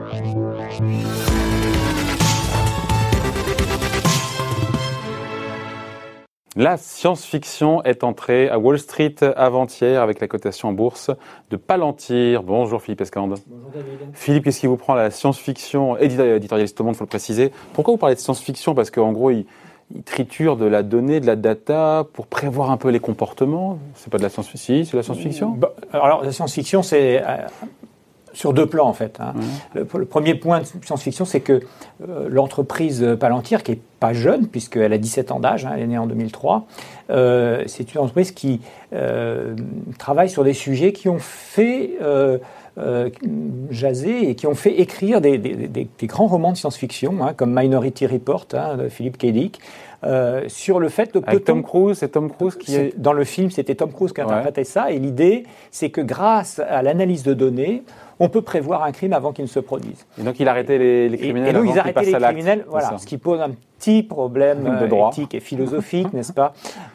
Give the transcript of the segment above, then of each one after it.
La science-fiction est entrée à Wall Street avant-hier avec la cotation en bourse de Palantir. Bonjour Philippe Escande. Bonjour David. Philippe, qu'est-ce qui vous prend à la science-fiction, éditorialiste au Monde, il faut le préciser. Pourquoi vous parlez de science-fiction? Parce qu'en gros, il triture de la donnée, de la data pour prévoir un peu les comportements. C'est pas de la science-fiction, si, c'est de la science-fiction. Alors la science-fiction, c'est sur deux plans en fait. Le premier point de science-fiction, c'est que l'entreprise Palantir, qui est pas jeune puisqu'elle a 17 ans d'âge, elle est née en 2003, c'est une entreprise qui travaille sur des sujets qui ont fait jaser et qui ont fait écrire des grands romans de science-fiction, comme Minority Report de Philip K. Dick, sur le fait que avec Tom Cruise, c'est Tom Cruise qui est... Dans le film, c'était Tom Cruise qui interprétait ça, et l'idée, c'est que grâce à l'analyse de données, on peut prévoir un crime avant qu'il ne se produise. Et donc il arrêtait les criminels avant qu'ils passent à l'acte. Voilà, ce qui pose un petit problème éthique et philosophique, n'est-ce pas?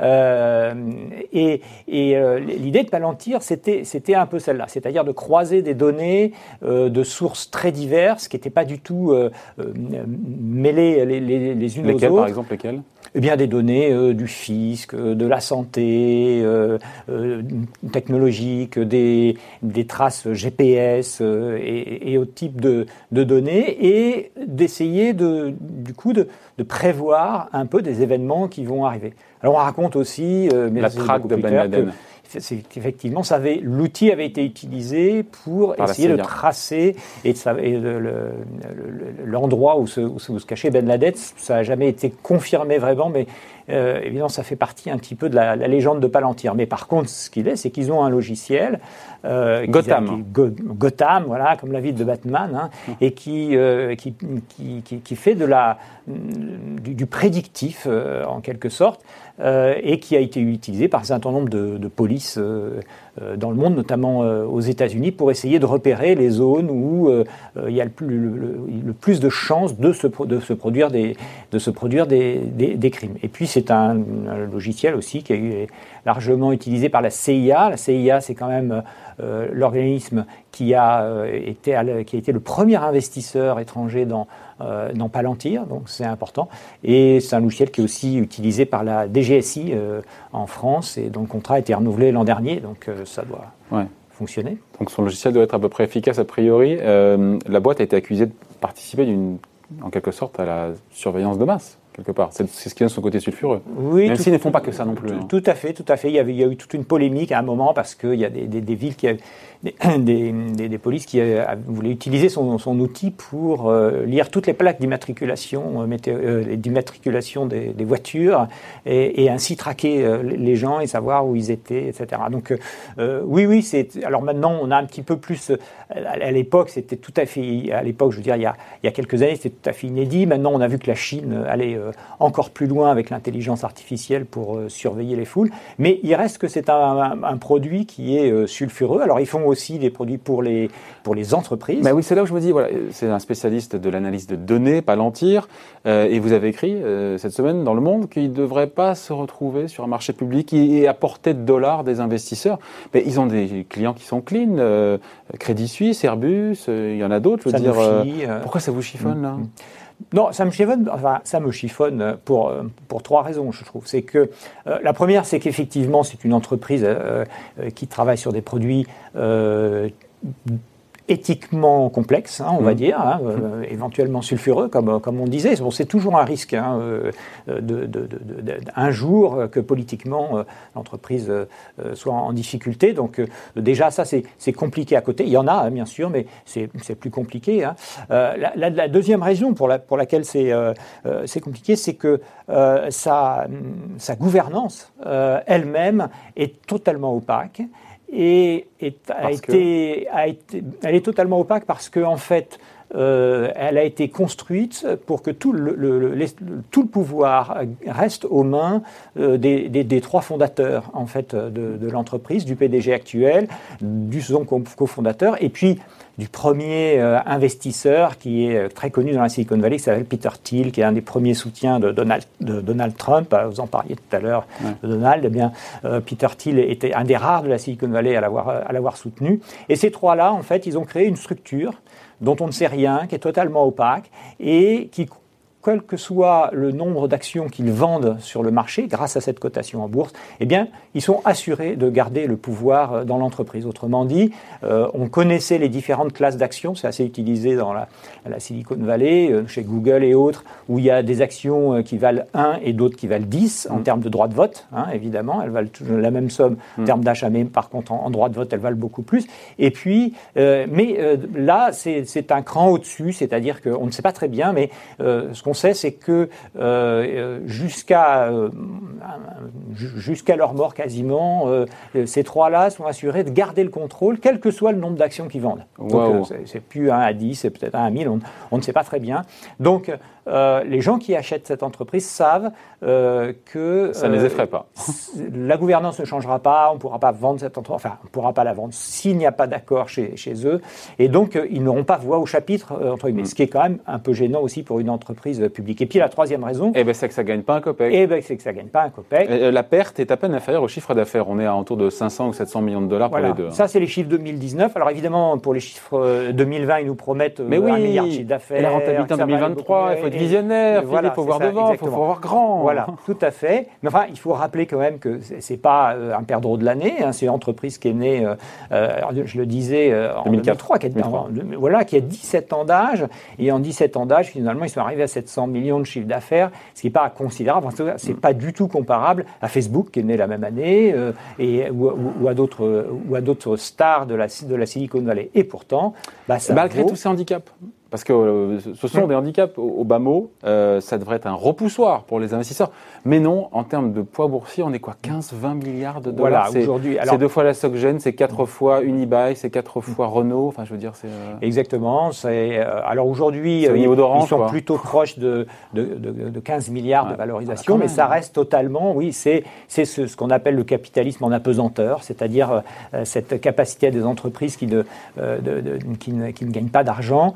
L'idée de Palantir, c'était un peu celle-là, c'est-à-dire de croiser des données de sources très diverses, qui n'étaient pas du tout mêlées les unes aux autres. Lesquelles, par exemple, lesquelles? Eh bien, des données du fisc, de la santé, technologiques, des traces GPS et autres types de données, et d'essayer du coup de prévoir un peu des événements qui vont arriver. Alors, on raconte aussi la traque de Ben Laden. Effectivement, l'outil avait été utilisé pour essayer de tracer l'endroit où se cachait Ben Laden. Ça n'a jamais été confirmé vraiment, mais évidemment, ça fait partie un petit peu de la légende de Palantir. Mais par contre, ce qu'il est, c'est qu'ils ont un logiciel Gotham, voilà, comme la ville de Batman, et qui fait du prédictif en quelque sorte, et qui a été utilisé par un certain nombre de polices dans le monde, notamment aux États-Unis, pour essayer de repérer les zones où il y a le plus de chances de se produire des crimes. Et puis c'est un logiciel aussi qui est largement utilisé par la CIA. La CIA, c'est quand même l'organisme qui a été le premier investisseur étranger dans Palantir, donc c'est important. Et c'est un logiciel qui est aussi utilisé par la DGSI en France, et dont le contrat a été renouvelé l'an dernier, donc ça doit fonctionner. Donc son logiciel doit être à peu près efficace a priori. La boîte a été accusée de participer en quelque sorte à la surveillance de masse, quelque part. C'est ce qui donne son côté sulfureux. Oui, même s'ils ne font pas que ça non plus. Tout à fait. Il y a eu toute une polémique à un moment parce qu'il y a des villes qui des polices qui voulaient utiliser son outil pour lire toutes les plaques d'immatriculation, des voitures, et ainsi traquer les gens et savoir où ils étaient, etc. Donc oui, alors maintenant on a un petit peu plus. À l'époque, c'était tout à fait. À l'époque, je veux dire, il y a quelques années, c'était tout à fait inédit. Maintenant, on a vu que la Chine allait encore plus loin avec l'intelligence artificielle pour surveiller les foules. Mais il reste que c'est un produit qui est sulfureux. Alors, ils font aussi des produits pour les entreprises. Oui, c'est là où je me dis, voilà, c'est un spécialiste de l'analyse de données, Palantir, et vous avez écrit cette semaine dans Le Monde qu'il ne devrait pas se retrouver sur un marché public qui est à portée de dollars des investisseurs. Mais ils ont des clients qui sont clean, Crédit Suisse, Airbus, il y en a d'autres. Je veux dire, pourquoi ça vous chiffonne là? Non, ça me chiffonne pour trois raisons, je trouve. C'est que la première, c'est qu'effectivement, c'est une entreprise qui travaille sur des produits éthiquement complexe, on va dire, éventuellement sulfureux, comme on disait. Bon, c'est toujours un risque, un jour que politiquement l'entreprise soit en difficulté. Donc déjà, ça, c'est compliqué à côté. Il y en a, bien sûr, mais c'est plus compliqué. La deuxième raison pour laquelle c'est compliqué, c'est que sa gouvernance elle-même est totalement opaque. Et elle est totalement opaque parce qu'en fait, elle a été construite pour que tout le pouvoir reste aux mains des trois fondateurs en fait de l'entreprise, du PDG actuel, du second cofondateur, et puis du premier investisseur qui est très connu dans la Silicon Valley, qui s'appelle Peter Thiel, qui est un des premiers soutiens de Donald Trump. Vous en parliez tout à l'heure de Donald. Eh bien, Peter Thiel était un des rares de la Silicon Valley à l'avoir soutenu. Et ces trois-là, en fait, ils ont créé une structure dont on ne sait rien, qui est totalement opaque et qui, quel que soit le nombre d'actions qu'ils vendent sur le marché, grâce à cette cotation en bourse, eh bien, ils sont assurés de garder le pouvoir dans l'entreprise. Autrement dit, on connaissait les différentes classes d'actions, c'est assez utilisé dans la Silicon Valley, chez Google et autres, où il y a des actions qui valent 1 et d'autres qui valent 10 en termes de droit de vote, évidemment, elles valent la même somme en termes d'achat, mais par contre, en droit de vote, elles valent beaucoup plus. Et puis, là, c'est un cran au-dessus, c'est-à-dire qu'on ne sait pas très bien, mais ce qu'on sait, c'est que jusqu'à leur mort quasiment, ces trois-là sont assurés de garder le contrôle, quel que soit le nombre d'actions qu'ils vendent. Wow. Donc, c'est plus 1 à 10, c'est peut-être 1 à 1000, on ne sait pas très bien. Donc, les gens qui achètent cette entreprise savent que ça ne les effraie pas. La gouvernance ne changera pas, on ne pourra pas vendre cette entreprise, enfin, on ne pourra pas la vendre s'il n'y a pas d'accord chez eux, et donc ils n'auront pas voix au chapitre, entre guillemets, ce qui est quand même un peu gênant aussi pour une entreprise publique. Et puis la troisième raison, c'est que ça ne gagne pas un copec. C'est que ça gagne pas un copec. La perte est à peine inférieure au chiffre d'affaires. On est à autour de 500 ou 700 millions de dollars pour les deux. Ça, c'est les chiffres 2019. Alors évidemment, pour les chiffres 2020, ils nous promettent 1 milliard de chiffre d'affaires. Et la rentabilité en 2023, il faut être visionnaire, il faut voir devant, il faut voir grand. Voilà, tout à fait. Mais enfin, il faut rappeler quand même que c'est pas un perdreau de l'année. C'est une entreprise qui est née, je le disais, en 2003, qui a 17 ans d'âge. Et en 17 ans d'âge, finalement, ils sont arrivés à 700 millions de chiffre d'affaires, ce qui n'est pas considérable. C'est pas du tout comparable à Facebook, qui est né la même année, ou à d'autres stars de la Silicon Valley. Et pourtant, malgré tous ces handicaps. Parce que ce sont des handicaps au bas mot, ça devrait être un repoussoir pour les investisseurs. Mais non, en termes de poids boursier, on est quoi, 15-20 milliards de dollars. Voilà, aujourd'hui. C'est 2 fois la SocGen, c'est 4 fois Unibail, c'est 4 fois Renault. Enfin, je veux dire, c'est... Exactement. Alors aujourd'hui, ils sont plutôt proches de 15 milliards de valorisation, mais ça reste totalement, c'est ce qu'on appelle le capitalisme en apesanteur, c'est-à-dire cette capacité des entreprises qui ne gagnent pas d'argent,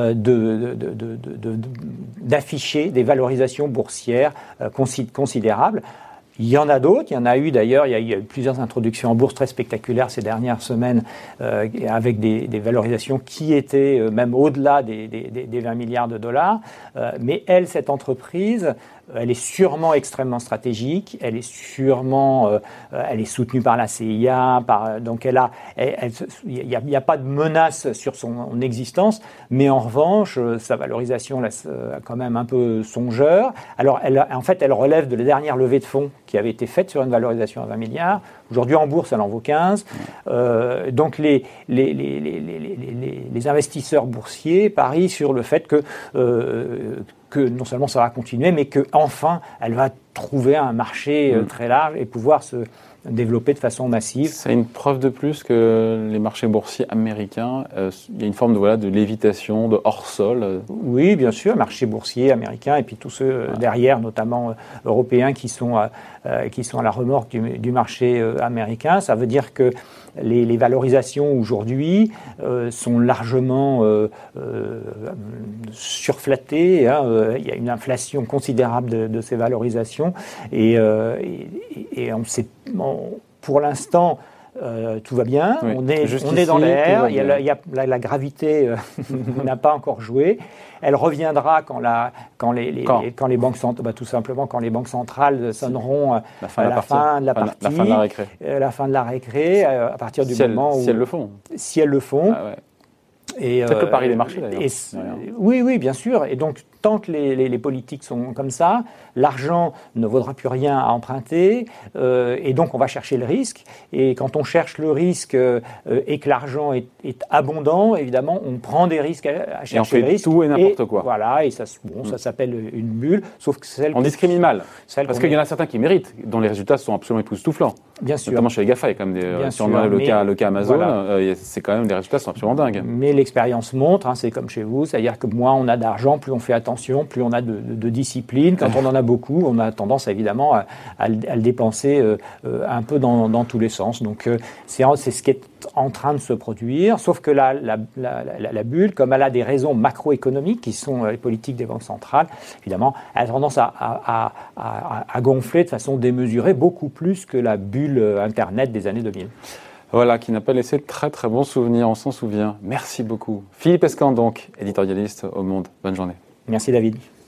d'afficher des valorisations boursières considérables. Il y en a d'autres, il y en a eu d'ailleurs, il y a eu plusieurs introductions en bourse très spectaculaires ces dernières semaines avec des valorisations qui étaient même au-delà des 20 milliards de dollars. Mais cette entreprise, elle est sûrement extrêmement stratégique, elle est soutenue par la CIA, donc il n'y a pas de menace sur son existence, mais en revanche, sa valorisation laisse quand même un peu songeur. Alors, elle relève de la dernière levée de fonds qui avait été faite sur une valorisation à 20 milliards. Aujourd'hui, en bourse, elle en vaut 15. Donc, les investisseurs boursiers parient sur le fait que non seulement ça va continuer, mais qu'enfin, elle va trouver un marché très large et pouvoir se développer de façon massive. C'est une preuve de plus que les marchés boursiers américains, il y a une forme de lévitation, de hors-sol. Oui, bien sûr, marchés boursiers américains et puis tous ceux derrière, notamment européens, qui sont à la remorque du marché américain. Ça veut dire que les valorisations aujourd'hui sont largement surflatées. Il y a une inflation considérable de ces valorisations et on sait, pour l'instant, tout va bien, oui. on est dans l'air, la gravité n'a pas encore joué. Elle reviendra quand les banques centrales, tout simplement quand les banques centrales sonneront à la fin de la partie, la fin de la récré, à partir du moment où si elles le font. Si elles le font. Ah ouais. C'est que le pari des marchés d'ailleurs. Oui, bien sûr. Et donc, tant que les politiques sont comme ça, l'argent ne vaudra plus rien à emprunter, et donc on va chercher le risque. Et quand on cherche le risque et que l'argent est abondant, évidemment, on prend des risques à chercher le risque. Et on fait tout et n'importe quoi. Voilà, et ça s'appelle une bulle. Sauf que on discrimine mal. Parce qu'il y en a certains qui méritent, dont les résultats sont absolument époustouflants. Bien sûr. Notamment chez les GAFA, il y a quand même si on regarde le cas Amazon, c'est quand même des résultats sont absolument dingues. Mais l'expérience montre, c'est comme chez vous, c'est-à-dire que moins on a d'argent, plus on fait attention, plus on a de discipline. Quand on en a beaucoup, on a tendance évidemment à le dépenser un peu dans tous les sens. Donc c'est ce qui est en train de se produire, sauf que la bulle, comme elle a des raisons macroéconomiques qui sont les politiques des banques centrales, évidemment, elle a tendance à gonfler de façon démesurée, beaucoup plus que la bulle Internet des années 2000. Voilà, qui n'a pas laissé de très très bons souvenirs, on s'en souvient. Merci beaucoup. Philippe Escan, donc, éditorialiste au Monde. Bonne journée. Merci David.